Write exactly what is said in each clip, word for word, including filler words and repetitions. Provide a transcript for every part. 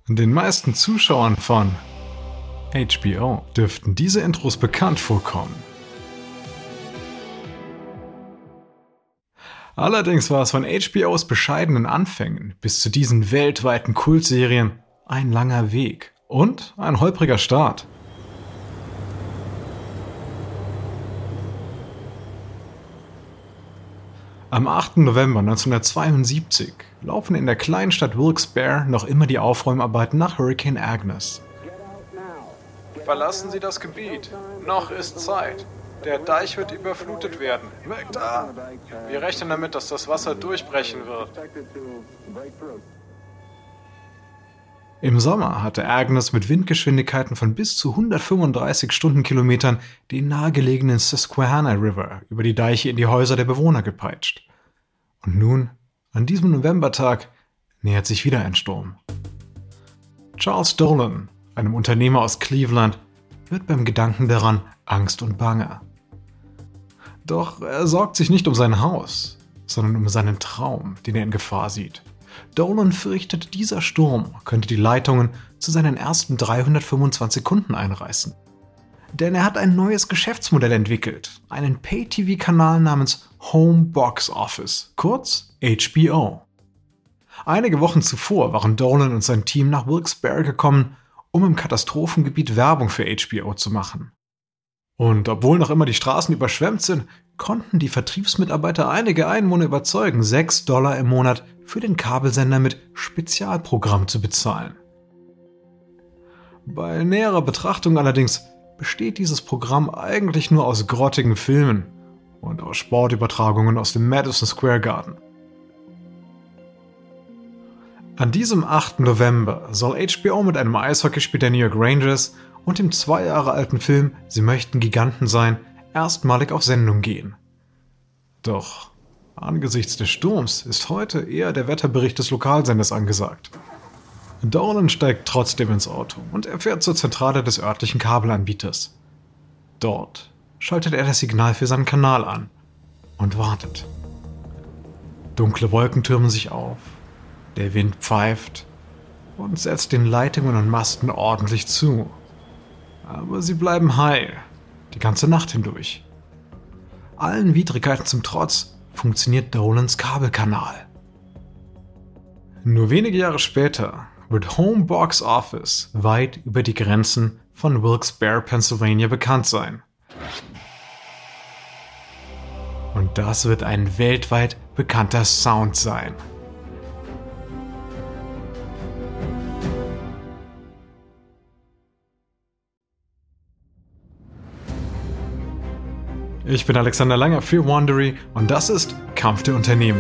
Den meisten Zuschauern von H B O dürften diese Intros bekannt vorkommen. Allerdings war es von H B Os bescheidenen Anfängen bis zu diesen weltweiten Kultserien ein langer Weg und ein holpriger Start. Am achten November neunzehnhundertzweiundsiebzig laufen in der kleinen Stadt Wilkes-Barre noch immer die Aufräumarbeiten nach Hurricane Agnes. Verlassen Sie das Gebiet. Noch ist Zeit. Der Deich wird überflutet werden. Weg da! Wir rechnen damit, dass das Wasser durchbrechen wird. Im Sommer hatte Agnes mit Windgeschwindigkeiten von bis zu hundertfünfunddreißig Stundenkilometern den nahegelegenen Susquehanna River über die Deiche in die Häuser der Bewohner gepeitscht. Und nun, an diesem Novembertag, nähert sich wieder ein Sturm. Charles Dolan, einem Unternehmer aus Cleveland, wird beim Gedanken daran Angst und Bange. Doch er sorgt sich nicht um sein Haus, sondern um seinen Traum, den er in Gefahr sieht. Dolan fürchtet, dieser Sturm könnte die Leitungen zu seinen ersten dreihundertfünfundzwanzig Kunden einreißen. Denn er hat ein neues Geschäftsmodell entwickelt, einen Pay-T V-Kanal namens Home Box Office, kurz H B O. Einige Wochen zuvor waren Dolan und sein Team nach Wilkes-Barre gekommen, um im Katastrophengebiet Werbung für H B O zu machen. Und obwohl noch immer die Straßen überschwemmt sind, konnten die Vertriebsmitarbeiter einige Einwohner überzeugen, sechs Dollar im Monat für den Kabelsender mit Spezialprogramm zu bezahlen. Bei näherer Betrachtung allerdings besteht dieses Programm eigentlich nur aus grottigen Filmen und aus Sportübertragungen aus dem Madison Square Garden. An diesem achten November soll H B O mit einem Eishockeyspiel der New York Rangers und dem zwei Jahre alten Film Sie möchten Giganten sein erstmalig auf Sendung gehen. Doch angesichts des Sturms ist heute eher der Wetterbericht des Lokalsenders angesagt. Dolan steigt trotzdem ins Auto und er fährt zur Zentrale des örtlichen Kabelanbieters. Dort schaltet er das Signal für seinen Kanal an und wartet. Dunkle Wolken türmen sich auf, der Wind pfeift und setzt den Leitungen und Masten ordentlich zu. Aber sie bleiben heil, die ganze Nacht hindurch. Allen Widrigkeiten zum Trotz funktioniert Dolans Kabelkanal. Nur wenige Jahre später wird Home Box Office weit über die Grenzen von Wilkes-Barre, Pennsylvania bekannt sein. Und das wird ein weltweit bekannter Sound sein. Ich bin Alexander Langer für Wondery und das ist Kampf der Unternehmen.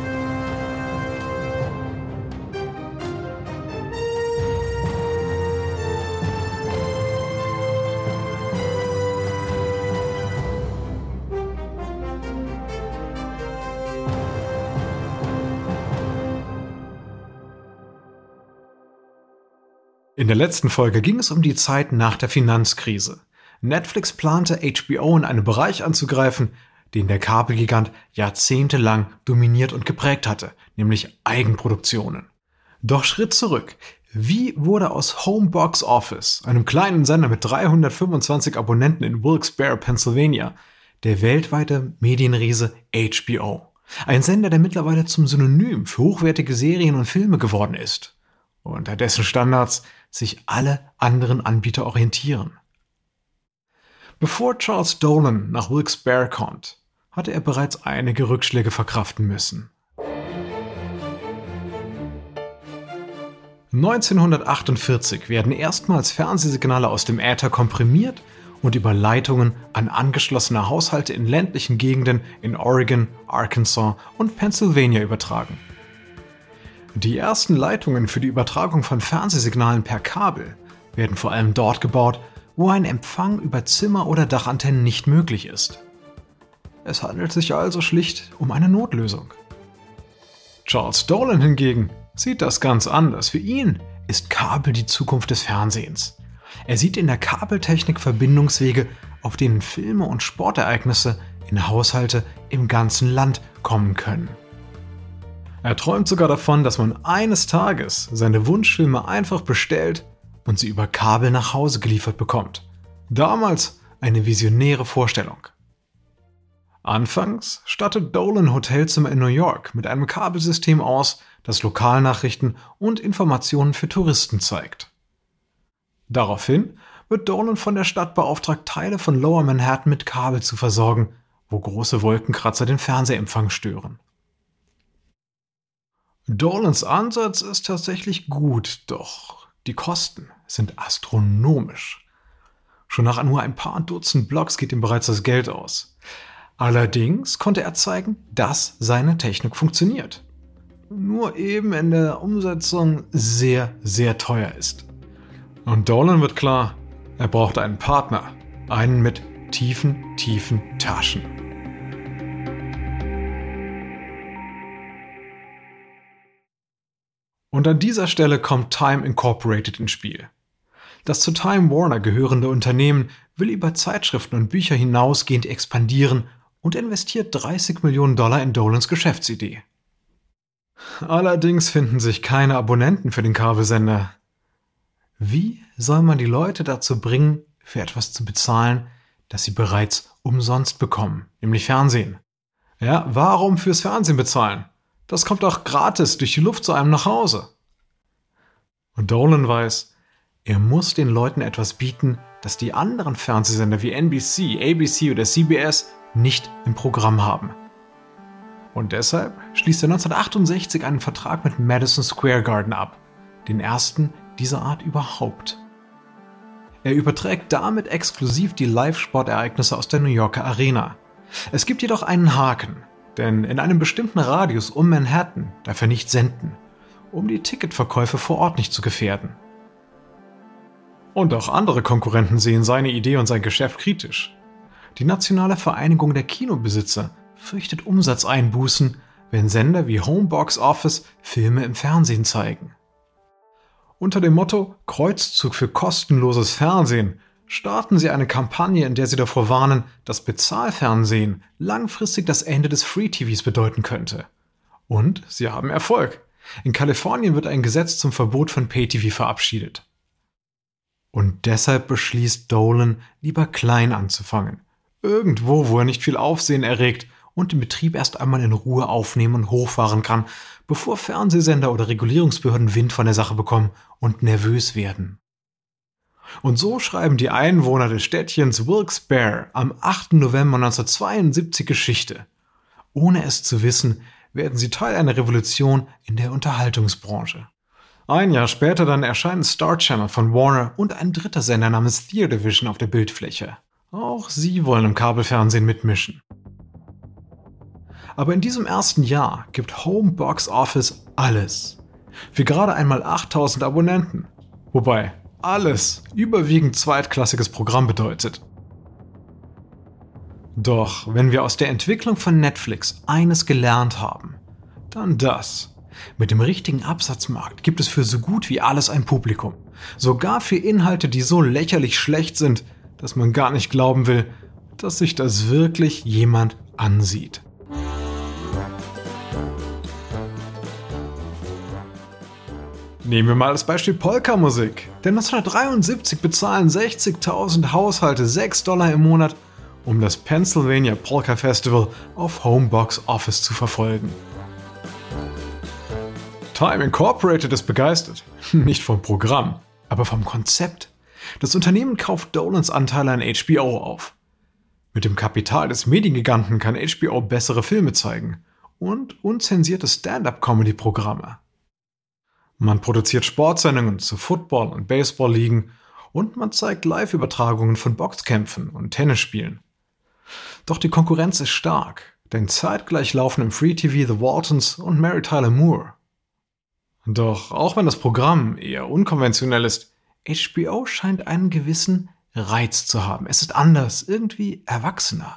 In der letzten Folge ging es um die Zeit nach der Finanzkrise. Netflix plante, H B O in einen Bereich anzugreifen, den der Kabelgigant jahrzehntelang dominiert und geprägt hatte, nämlich Eigenproduktionen. Doch Schritt zurück. Wie wurde aus Home Box Office, einem kleinen Sender mit dreihundertfünfundzwanzig Abonnenten in Wilkes-Barre, Pennsylvania, der weltweite Medienriese H B O? Ein Sender, der mittlerweile zum Synonym für hochwertige Serien und Filme geworden ist, unter dessen Standards sich alle anderen Anbieter orientieren. Bevor Charles Dolan nach Wilkes-Barre kommt, hatte er bereits einige Rückschläge verkraften müssen. neunzehnhundertachtundvierzig werden erstmals Fernsehsignale aus dem Äther komprimiert und über Leitungen an angeschlossene Haushalte in ländlichen Gegenden in Oregon, Arkansas und Pennsylvania übertragen. Die ersten Leitungen für die Übertragung von Fernsehsignalen per Kabel werden vor allem dort gebaut, wo ein Empfang über Zimmer- oder Dachantennen nicht möglich ist. Es handelt sich also schlicht um eine Notlösung. Charles Dolan hingegen sieht das ganz anders. Für ihn ist Kabel die Zukunft des Fernsehens. Er sieht in der Kabeltechnik Verbindungswege, auf denen Filme und Sportereignisse in Haushalte im ganzen Land kommen können. Er träumt sogar davon, dass man eines Tages seine Wunschfilme einfach bestellt und sie über Kabel nach Hause geliefert bekommt. Damals eine visionäre Vorstellung. Anfangs stattet Dolan Hotelzimmer in New York mit einem Kabelsystem aus, das Lokalnachrichten und Informationen für Touristen zeigt. Daraufhin wird Dolan von der Stadt beauftragt, Teile von Lower Manhattan mit Kabel zu versorgen, wo große Wolkenkratzer den Fernsehempfang stören. Dolans Ansatz ist tatsächlich gut, doch die Kosten sind astronomisch. Schon nach nur ein paar Dutzend Blocks geht ihm bereits das Geld aus. Allerdings konnte er zeigen, dass seine Technik funktioniert. Nur eben in der Umsetzung sehr, sehr teuer ist. Und Dolan wird klar, er braucht einen Partner, einen mit tiefen, tiefen Taschen. Und an dieser Stelle kommt Time Incorporated ins Spiel. Das zu Time Warner gehörende Unternehmen will über Zeitschriften und Bücher hinausgehend expandieren und investiert dreißig Millionen Dollar in Dolans Geschäftsidee. Allerdings finden sich keine Abonnenten für den Kabelsender. Wie soll man die Leute dazu bringen, für etwas zu bezahlen, das sie bereits umsonst bekommen, nämlich Fernsehen? Ja, warum fürs Fernsehen bezahlen? Das kommt auch gratis durch die Luft zu einem nach Hause. Und Dolan weiß, er muss den Leuten etwas bieten, das die anderen Fernsehsender wie N B C, A B C oder C B S nicht im Programm haben. Und deshalb schließt er neunzehnhundertachtundsechzig einen Vertrag mit Madison Square Garden ab, den ersten dieser Art überhaupt. Er überträgt damit exklusiv die Live-Sportereignisse aus der New Yorker Arena. Es gibt jedoch einen Haken, denn in einem bestimmten Radius um Manhattan darf er nicht senden, um die Ticketverkäufe vor Ort nicht zu gefährden. Und auch andere Konkurrenten sehen seine Idee und sein Geschäft kritisch. Die Nationale Vereinigung der Kinobesitzer fürchtet Umsatzeinbußen, wenn Sender wie Homebox Office Filme im Fernsehen zeigen. Unter dem Motto Kreuzzug für kostenloses Fernsehen starten sie eine Kampagne, in der sie davor warnen, dass Bezahlfernsehen langfristig das Ende des Free-T Vs bedeuten könnte. Und sie haben Erfolg. In Kalifornien wird ein Gesetz zum Verbot von Pay-T V verabschiedet. Und deshalb beschließt Dolan, lieber klein anzufangen. Irgendwo, wo er nicht viel Aufsehen erregt und den Betrieb erst einmal in Ruhe aufnehmen und hochfahren kann, bevor Fernsehsender oder Regulierungsbehörden Wind von der Sache bekommen und nervös werden. Und so schreiben die Einwohner des Städtchens Wilkes-Barre am achten November neunzehnhundertzweiundsiebzig Geschichte. Ohne es zu wissen, werden sie Teil einer Revolution in der Unterhaltungsbranche. Ein Jahr später dann erscheinen Star Channel von Warner und ein dritter Sender namens Theater Vision auf der Bildfläche. Auch sie wollen im Kabelfernsehen mitmischen. Aber in diesem ersten Jahr gibt Home Box Office alles. Für gerade einmal achttausend Abonnenten. Wobei alles überwiegend zweitklassiges Programm bedeutet. Doch wenn wir aus der Entwicklung von Netflix eines gelernt haben, dann das. Mit dem richtigen Absatzmarkt gibt es für so gut wie alles ein Publikum. Sogar für Inhalte, die so lächerlich schlecht sind, dass man gar nicht glauben will, dass sich das wirklich jemand ansieht. Nehmen wir mal als Beispiel Polka-Musik. Denn neunzehnhundertdreiundsiebzig bezahlen sechzigtausend Haushalte sechs Dollar im Monat, um das Pennsylvania Polka Festival auf Homebox Office zu verfolgen. Time Incorporated ist begeistert. Nicht vom Programm, aber vom Konzept. Das Unternehmen kauft Dolans Anteile an H B O auf. Mit dem Kapital des Mediengiganten kann H B O bessere Filme zeigen und unzensierte Stand-up-Comedy-Programme. Man produziert Sportsendungen zu Football- und Baseball-Ligen und man zeigt Live-Übertragungen von Boxkämpfen und Tennisspielen. Doch die Konkurrenz ist stark, denn zeitgleich laufen im Free-T V The Waltons und Mary Tyler Moore. Doch auch wenn das Programm eher unkonventionell ist, H B O scheint einen gewissen Reiz zu haben. Es ist anders, irgendwie erwachsener.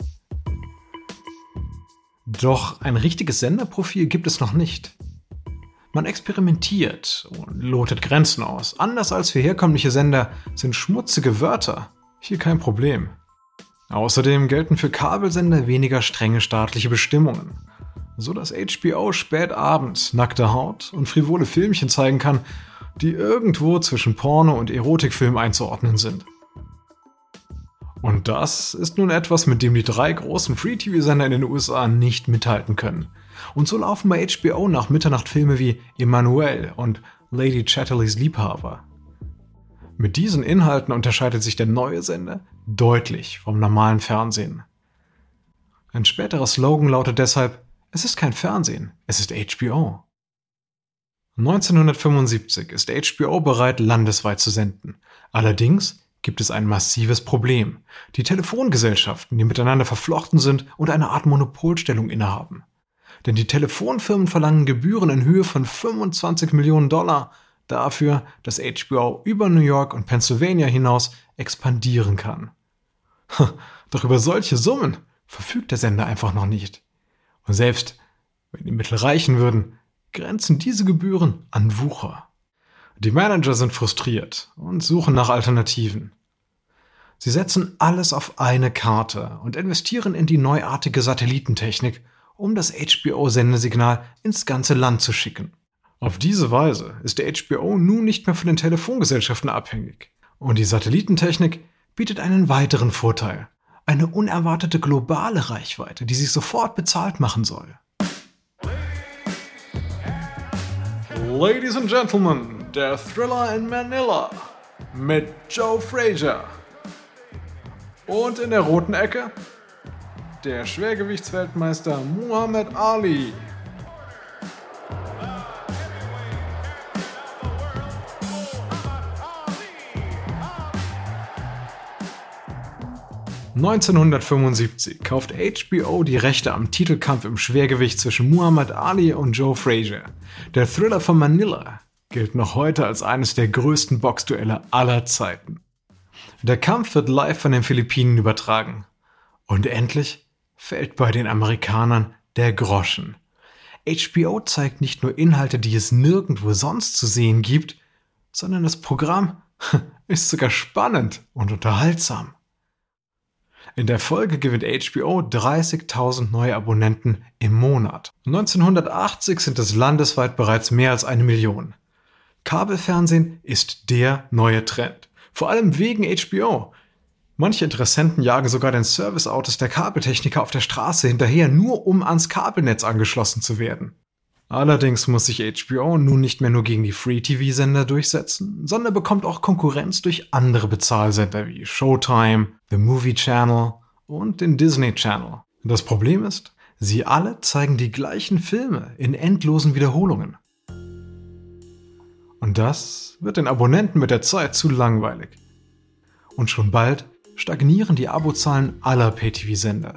Doch ein richtiges Senderprofil gibt es noch nicht. Man experimentiert und lotet Grenzen aus. Anders als für herkömmliche Sender sind schmutzige Wörter hier kein Problem. Außerdem gelten für Kabelsender weniger strenge staatliche Bestimmungen. so dass H B O spät abends nackte Haut und frivole Filmchen zeigen kann, die irgendwo zwischen Porno und Erotikfilm einzuordnen sind. Und das ist nun etwas, mit dem die drei großen Free-T V-Sender in den U S A nicht mithalten können. Und so laufen bei H B O nach Mitternacht Filme wie Emanuelle und Lady Chatterleys Liebhaber. Mit diesen Inhalten unterscheidet sich der neue Sender deutlich vom normalen Fernsehen. Ein späterer Slogan lautet deshalb: Es ist kein Fernsehen, es ist H B O. neunzehnhundertfünfundsiebzig ist H B O bereit, landesweit zu senden. Allerdings gibt es ein massives Problem. Die Telefongesellschaften, die miteinander verflochten sind und eine Art Monopolstellung innehaben. Denn die Telefonfirmen verlangen Gebühren in Höhe von fünfundzwanzig Millionen Dollar dafür, dass H B O über New York und Pennsylvania hinaus expandieren kann. Doch über solche Summen verfügt der Sender einfach noch nicht. Und selbst wenn die Mittel reichen würden, grenzen diese Gebühren an Wucher. Die Manager sind frustriert und suchen nach Alternativen. Sie setzen alles auf eine Karte und investieren in die neuartige Satellitentechnik, um das H B O-Sendesignal ins ganze Land zu schicken. Auf diese Weise ist der H B O nun nicht mehr von den Telefongesellschaften abhängig. Und die Satellitentechnik bietet einen weiteren Vorteil: eine unerwartete globale Reichweite, die sich sofort bezahlt machen soll. Ladies and Gentlemen, der Thriller in Manila mit Joe Frazier. Und in der roten Ecke der Schwergewichtsweltmeister Muhammad Ali. neunzehnhundertfünfundsiebzig kauft H B O die Rechte am Titelkampf im Schwergewicht zwischen Muhammad Ali und Joe Frazier. Der Thriller von Manila gilt noch heute als eines der größten Boxduelle aller Zeiten. Der Kampf wird live von den Philippinen übertragen. Und endlich fällt bei den Amerikanern der Groschen. H B O zeigt nicht nur Inhalte, die es nirgendwo sonst zu sehen gibt, sondern das Programm ist sogar spannend und unterhaltsam. In der Folge gewinnt H B O dreißigtausend neue Abonnenten im Monat. neunzehnhundertachtzig sind es landesweit bereits mehr als eine Million. Kabelfernsehen ist der neue Trend. Vor allem wegen H B O. Manche Interessenten jagen sogar den Serviceautos der Kabeltechniker auf der Straße hinterher, nur um ans Kabelnetz angeschlossen zu werden. Allerdings muss sich H B O nun nicht mehr nur gegen die Free-T V-Sender durchsetzen, sondern bekommt auch Konkurrenz durch andere Bezahlsender wie Showtime, The Movie Channel und den Disney Channel. Das Problem ist, sie alle zeigen die gleichen Filme in endlosen Wiederholungen. Und das wird den Abonnenten mit der Zeit zu langweilig. Und schon bald stagnieren die Abozahlen aller Pay-T V-Sender.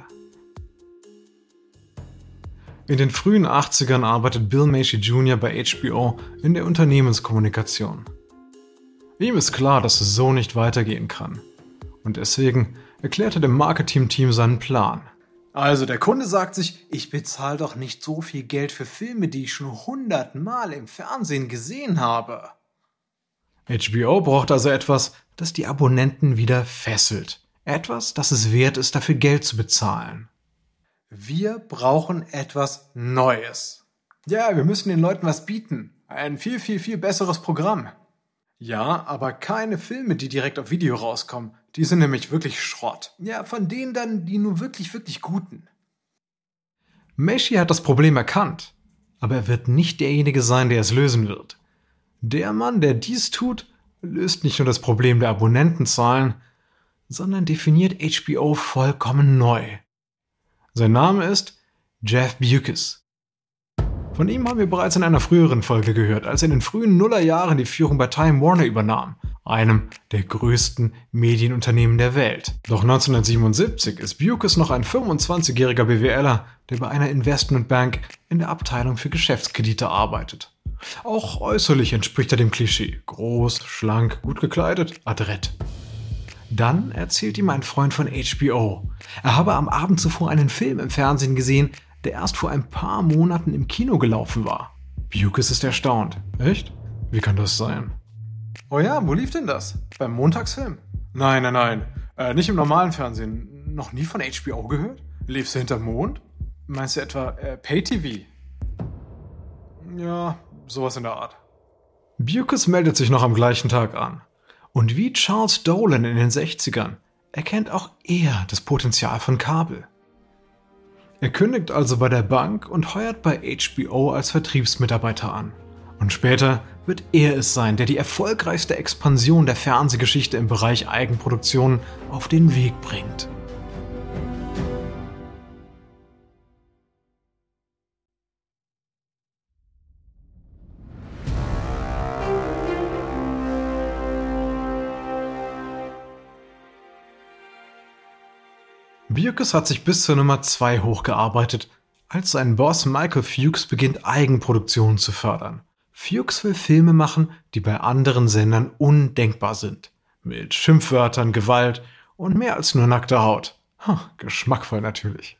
In den frühen achtzigern arbeitet Bill Macy Junior bei H B O in der Unternehmenskommunikation. Ihm ist klar, dass es so nicht weitergehen kann. Und deswegen erklärt er dem Marketing-Team seinen Plan. Also der Kunde sagt sich, ich bezahle doch nicht so viel Geld für Filme, die ich schon hundertmal im Fernsehen gesehen habe. H B O braucht also etwas, das die Abonnenten wieder fesselt. Etwas, das es wert ist, dafür Geld zu bezahlen. Wir brauchen etwas Neues. Ja, wir müssen den Leuten was bieten. Ein viel, viel, viel besseres Programm. Ja, aber keine Filme, die direkt auf Video rauskommen. Die sind nämlich wirklich Schrott. Ja, von denen dann die nur wirklich, wirklich guten. Macy hat das Problem erkannt, aber er wird nicht derjenige sein, der es lösen wird. Der Mann, der dies tut, löst nicht nur das Problem der Abonnentenzahlen, sondern definiert H B O vollkommen neu. Sein Name ist Jeff Bewkes. Von ihm haben wir bereits in einer früheren Folge gehört, als er in den frühen Nullerjahren die Führung bei Time Warner übernahm, einem der größten Medienunternehmen der Welt. Doch neunzehnhundertsiebenundsiebzig ist Bewkes noch ein fünfundzwanzigjähriger BWLer, der bei einer Investmentbank in der Abteilung für Geschäftskredite arbeitet. Auch äußerlich entspricht er dem Klischee. Groß, schlank, gut gekleidet, adrett. Dann erzählt ihm ein Freund von H B O, er habe am Abend zuvor einen Film im Fernsehen gesehen, der erst vor ein paar Monaten im Kino gelaufen war. Bewkes ist erstaunt. Echt? Wie kann das sein? Oh ja, wo lief denn das? Beim Montagsfilm? Nein, nein, nein. Äh, nicht im normalen Fernsehen. Noch nie von H B O gehört? Liefst du hinterm Mond? Meinst du etwa äh, Pay-T V? Ja, sowas in der Art. Beucus meldet sich noch am gleichen Tag an. Und wie Charles Dolan in den sechzigern erkennt auch er das Potenzial von Kabel. Er kündigt also bei der Bank und heuert bei H B O als Vertriebsmitarbeiter an. Und später wird er es sein, der die erfolgreichste Expansion der Fernsehgeschichte im Bereich Eigenproduktionen auf den Weg bringt. Beucus hat sich bis zur Nummer zwei hochgearbeitet, als sein Boss Michael Fuchs beginnt, Eigenproduktionen zu fördern. Fuchs will Filme machen, die bei anderen Sendern undenkbar sind. Mit Schimpfwörtern, Gewalt und mehr als nur nackter Haut. Hm, geschmackvoll natürlich.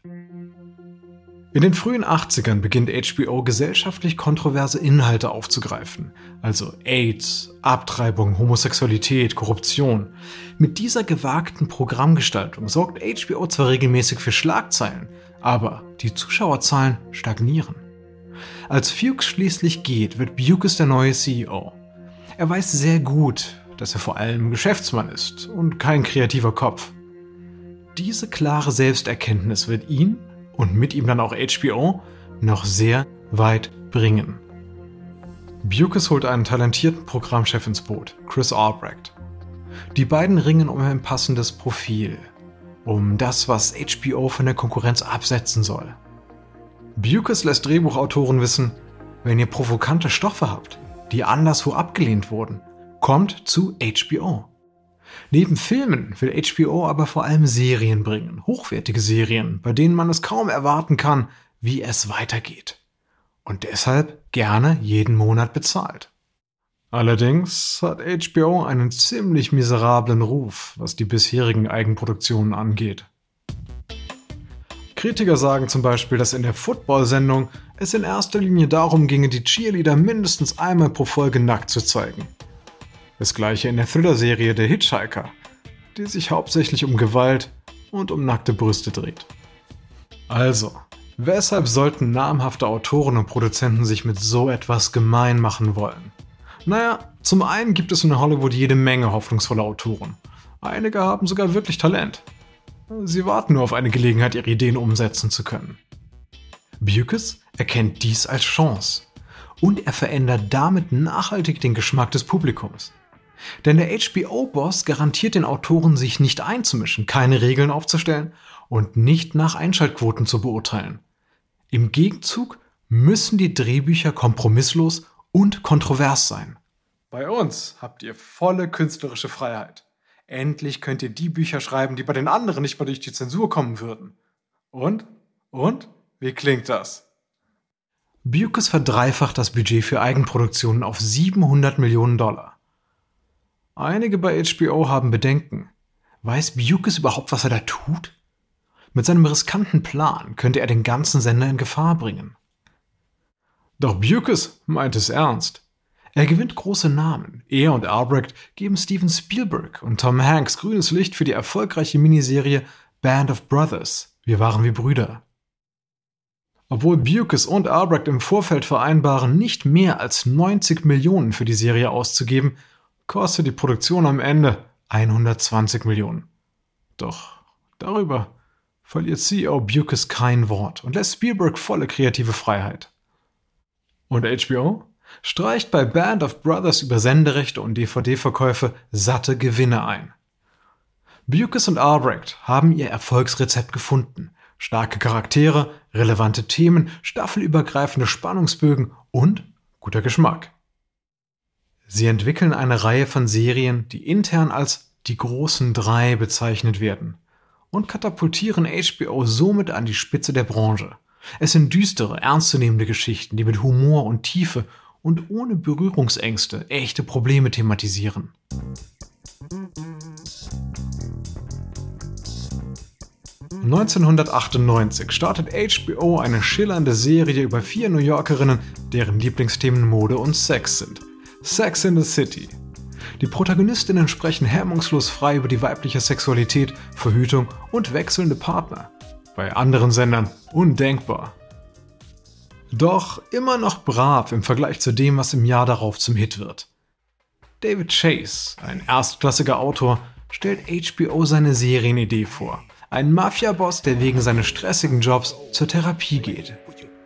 In den frühen achtzigern beginnt H B O gesellschaftlich kontroverse Inhalte aufzugreifen, also AIDS, Abtreibung, Homosexualität, Korruption. Mit dieser gewagten Programmgestaltung sorgt H B O zwar regelmäßig für Schlagzeilen, aber die Zuschauerzahlen stagnieren. Als Fuchs schließlich geht, wird Beucus der neue C E O. Er weiß sehr gut, dass er vor allem Geschäftsmann ist und kein kreativer Kopf. Diese klare Selbsterkenntnis wird ihn und mit ihm dann auch H B O noch sehr weit bringen. Beucus holt einen talentierten Programmchef ins Boot, Chris Albrecht. Die beiden ringen um ein passendes Profil, um das, was H B O von der Konkurrenz absetzen soll. Beucus lässt Drehbuchautoren wissen, wenn ihr provokante Stoffe habt, die anderswo abgelehnt wurden, kommt zu H B O. Neben Filmen will H B O aber vor allem Serien bringen, hochwertige Serien, bei denen man es kaum erwarten kann, wie es weitergeht. Und deshalb gerne jeden Monat bezahlt. Allerdings hat H B O einen ziemlich miserablen Ruf, was die bisherigen Eigenproduktionen angeht. Kritiker sagen zum Beispiel, dass in der Football-Sendung es in erster Linie darum ginge, die Cheerleader mindestens einmal pro Folge nackt zu zeigen. Das gleiche in der Thriller-Serie Der Hitchhiker, die sich hauptsächlich um Gewalt und um nackte Brüste dreht. Also, weshalb sollten namhafte Autoren und Produzenten sich mit so etwas gemein machen wollen? Naja, zum einen gibt es in Hollywood jede Menge hoffnungsvolle Autoren. Einige haben sogar wirklich Talent. Sie warten nur auf eine Gelegenheit, ihre Ideen umsetzen zu können. Beucus erkennt dies als Chance. Und er verändert damit nachhaltig den Geschmack des Publikums. Denn der H B O-Boss garantiert den Autoren, sich nicht einzumischen, keine Regeln aufzustellen und nicht nach Einschaltquoten zu beurteilen. Im Gegenzug müssen die Drehbücher kompromisslos und kontrovers sein. Bei uns habt ihr volle künstlerische Freiheit. Endlich könnt ihr die Bücher schreiben, die bei den anderen nicht mal durch die Zensur kommen würden. Und? Und? Wie klingt das? Beucus verdreifacht das Budget für Eigenproduktionen auf siebenhundert Millionen Dollar. Einige bei H B O haben Bedenken. Weiß Beucus überhaupt, was er da tut? Mit seinem riskanten Plan könnte er den ganzen Sender in Gefahr bringen. Doch Beucus meint es ernst. Er gewinnt große Namen. Er und Albrecht geben Steven Spielberg und Tom Hanks grünes Licht für die erfolgreiche Miniserie Band of Brothers. Wir waren wie Brüder. Obwohl Beucus und Albrecht im Vorfeld vereinbaren, nicht mehr als neunzig Millionen für die Serie auszugeben, kostet die Produktion am Ende hundertzwanzig Millionen. Doch darüber verliert C E O Beucus kein Wort und lässt Spielberg volle kreative Freiheit. Und H B O streicht bei Band of Brothers über Senderechte und D V D-Verkäufe satte Gewinne ein. Beucus und Albrecht haben ihr Erfolgsrezept gefunden. Starke Charaktere, relevante Themen, staffelübergreifende Spannungsbögen und guter Geschmack. Sie entwickeln eine Reihe von Serien, die intern als die großen drei bezeichnet werden und katapultieren H B O somit an die Spitze der Branche. Es sind düstere, ernstzunehmende Geschichten, die mit Humor und Tiefe und ohne Berührungsängste echte Probleme thematisieren. neunzehnhundertachtundneunzig startet H B O eine schillernde Serie über vier New Yorkerinnen, deren Lieblingsthemen Mode und Sex sind. Sex in the City. Die Protagonistinnen sprechen hemmungslos frei über die weibliche Sexualität, Verhütung und wechselnde Partner. Bei anderen Sendern undenkbar. Doch immer noch brav im Vergleich zu dem, was im Jahr darauf zum Hit wird. David Chase, ein erstklassiger Autor, stellt H B O seine Serienidee vor. Ein Mafia-Boss, der wegen seines stressigen Jobs zur Therapie geht.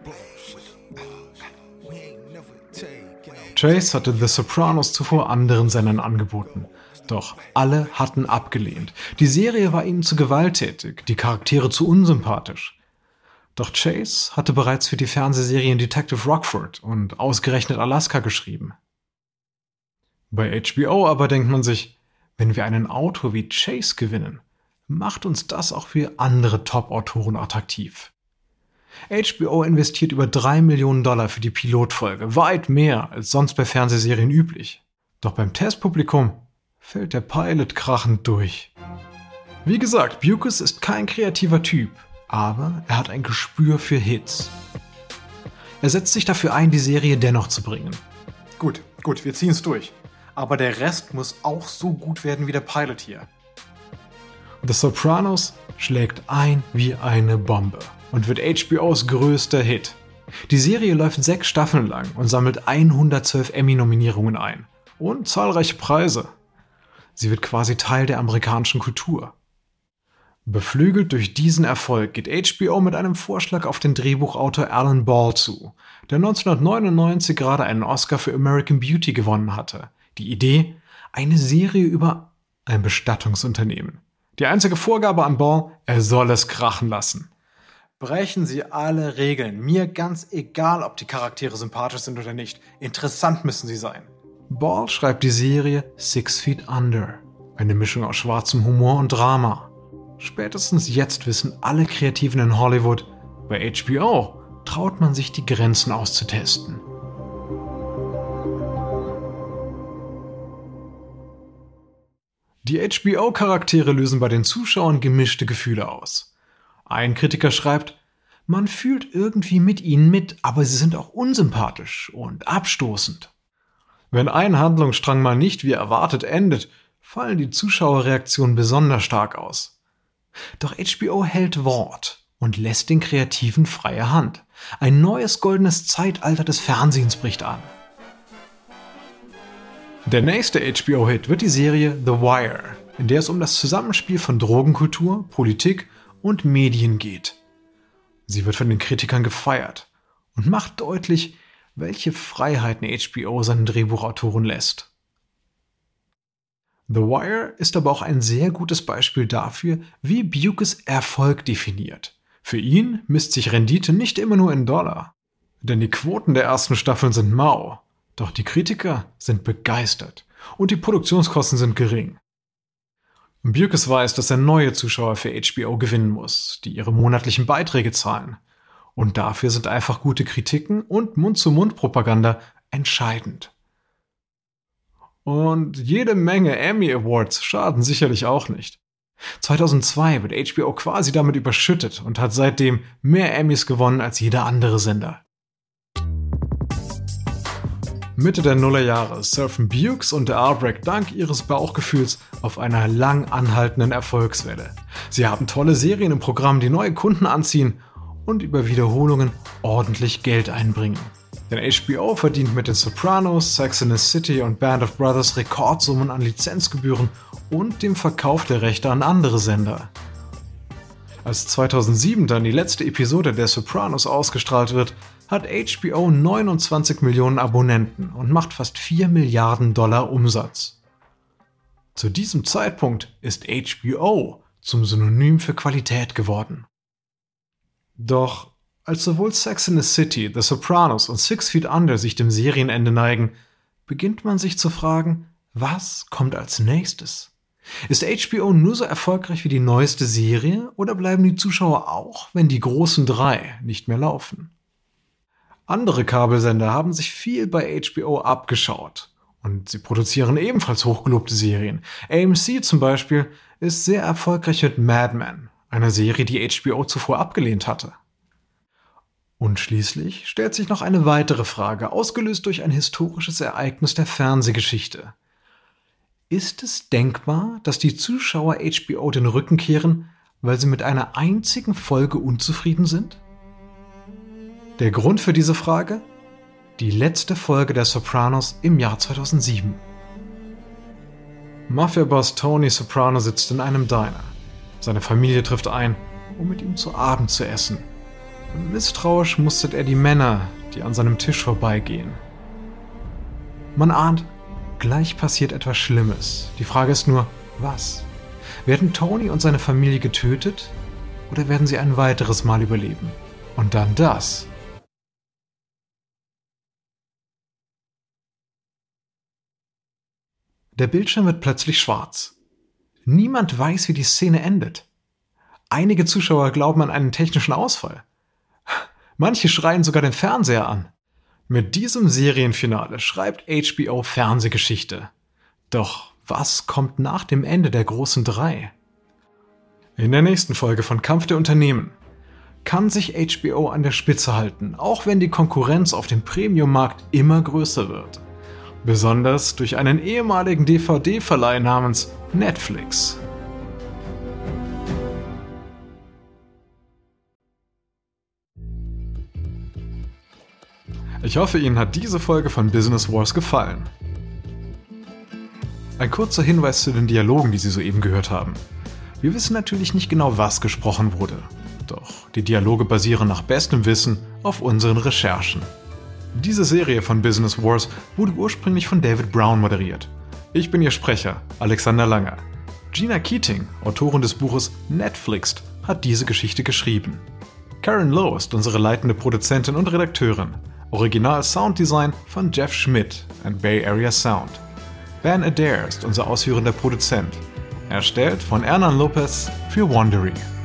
Chase hatte The Sopranos zuvor anderen Sendern angeboten. Doch alle hatten abgelehnt. Die Serie war ihnen zu gewalttätig, die Charaktere zu unsympathisch. Doch Chase hatte bereits für die Fernsehserien Detective Rockford und ausgerechnet Alaska geschrieben. Bei H B O aber denkt man sich, wenn wir einen Autor wie Chase gewinnen, macht uns das auch für andere Top-Autoren attraktiv. H B O investiert über drei Millionen Dollar für die Pilotfolge, weit mehr als sonst bei Fernsehserien üblich. Doch beim Testpublikum fällt der Pilot krachend durch. Wie gesagt, Bukes ist kein kreativer Typ, aber er hat ein Gespür für Hits. Er setzt sich dafür ein, die Serie dennoch zu bringen. Gut, gut, wir ziehen's durch. Aber der Rest muss auch so gut werden wie der Pilot hier. The Sopranos schlägt ein wie eine Bombe und wird H B Os größter Hit. Die Serie läuft sechs Staffeln lang und sammelt hundertzwölf Emmy-Nominierungen ein und zahlreiche Preise. Sie wird quasi Teil der amerikanischen Kultur. Beflügelt durch diesen Erfolg geht H B O mit einem Vorschlag auf den Drehbuchautor Alan Ball zu, der neunzehnhundertneunundneunzig gerade einen Oscar für American Beauty gewonnen hatte. Die Idee? Eine Serie über ein Bestattungsunternehmen. Die einzige Vorgabe an Ball, er soll es krachen lassen. Brechen Sie alle Regeln. Mir ganz egal, ob die Charaktere sympathisch sind oder nicht. Interessant müssen sie sein. Ball schreibt die Serie Six Feet Under. Eine Mischung aus schwarzem Humor und Drama. Spätestens jetzt wissen alle Kreativen in Hollywood, bei H B O traut man sich die Grenzen auszutesten. Die H B O-Charaktere lösen bei den Zuschauern gemischte Gefühle aus. Ein Kritiker schreibt, man fühlt irgendwie mit ihnen mit, aber sie sind auch unsympathisch und abstoßend. Wenn ein Handlungsstrang mal nicht wie erwartet endet, fallen die Zuschauerreaktionen besonders stark aus. Doch H B O hält Wort und lässt den Kreativen freie Hand. Ein neues goldenes Zeitalter des Fernsehens bricht an. Der nächste H B O-Hit wird die Serie The Wire, in der es um das Zusammenspiel von Drogenkultur, Politik und Medien geht. Sie wird von den Kritikern gefeiert und macht deutlich, welche Freiheiten H B O seinen Drehbuchautoren lässt. The Wire ist aber auch ein sehr gutes Beispiel dafür, wie Bukes Erfolg definiert. Für ihn misst sich Rendite nicht immer nur in Dollar. Denn die Quoten der ersten Staffeln sind mau. Doch die Kritiker sind begeistert und die Produktionskosten sind gering. Bukes weiß, dass er neue Zuschauer für H B O gewinnen muss, die ihre monatlichen Beiträge zahlen. Und dafür sind einfach gute Kritiken und Mund-zu-Mund-Propaganda entscheidend. Und jede Menge Emmy Awards schaden sicherlich auch nicht. zweitausendzwei wird H B O quasi damit überschüttet und hat seitdem mehr Emmys gewonnen als jeder andere Sender. Mitte der Nullerjahre surfen Bukes und Albrecht dank ihres Bauchgefühls auf einer lang anhaltenden Erfolgswelle. Sie haben tolle Serien im Programm, die neue Kunden anziehen und über Wiederholungen ordentlich Geld einbringen. Denn H B O verdient mit den Sopranos, Sex and the City und Band of Brothers Rekordsummen an Lizenzgebühren und dem Verkauf der Rechte an andere Sender. Als zweitausendsieben dann die letzte Episode der Sopranos ausgestrahlt wird, hat H B O neunundzwanzig Millionen Abonnenten und macht fast vier Milliarden Dollar Umsatz. Zu diesem Zeitpunkt ist H B O zum Synonym für Qualität geworden. Doch als sowohl Sex and the City, The Sopranos und Six Feet Under sich dem Serienende neigen, beginnt man sich zu fragen, was kommt als nächstes? Ist H B O nur so erfolgreich wie die neueste Serie oder bleiben die Zuschauer auch, wenn die großen drei nicht mehr laufen? Andere Kabelsender haben sich viel bei H B O abgeschaut und sie produzieren ebenfalls hochgelobte Serien. A M C zum Beispiel ist sehr erfolgreich mit Mad Men, einer Serie, die H B O zuvor abgelehnt hatte. Und schließlich stellt sich noch eine weitere Frage, ausgelöst durch ein historisches Ereignis der Fernsehgeschichte. Ist es denkbar, dass die Zuschauer H B O den Rücken kehren, weil sie mit einer einzigen Folge unzufrieden sind? Der Grund für diese Frage? Die letzte Folge der Sopranos im Jahr zweitausendsieben. Mafia-Boss Tony Soprano sitzt in einem Diner. Seine Familie trifft ein, um mit ihm zu Abend zu essen. Und misstrauisch mustert er die Männer, die an seinem Tisch vorbeigehen. Man ahnt, gleich passiert etwas Schlimmes. Die Frage ist nur, was? Werden Tony und seine Familie getötet oder werden sie ein weiteres Mal überleben? Und dann das. Der Bildschirm wird plötzlich schwarz. Niemand weiß, wie die Szene endet. Einige Zuschauer glauben an einen technischen Ausfall. Manche schreien sogar den Fernseher an. Mit diesem Serienfinale schreibt H B O Fernsehgeschichte. Doch was kommt nach dem Ende der großen drei? In der nächsten Folge von Kampf der Unternehmen kann sich H B O an der Spitze halten, auch wenn die Konkurrenz auf dem Premium-Markt immer größer wird. Besonders durch einen ehemaligen D V D-Verleih namens Netflix. Ich hoffe, Ihnen hat diese Folge von Business Wars gefallen. Ein kurzer Hinweis zu den Dialogen, die Sie soeben gehört haben. Wir wissen natürlich nicht genau, was gesprochen wurde. Doch die Dialoge basieren nach bestem Wissen auf unseren Recherchen. Diese Serie von Business Wars wurde ursprünglich von David Brown moderiert. Ich bin Ihr Sprecher, Alexander Langer. Gina Keating, Autorin des Buches Netflixed, hat diese Geschichte geschrieben. Karen Lowe ist unsere leitende Produzentin und Redakteurin. Original Sounddesign von Jeff Schmidt and Bay Area Sound. Ben Adair ist unser ausführender Produzent. Erstellt von Hernan Lopez für Wondery.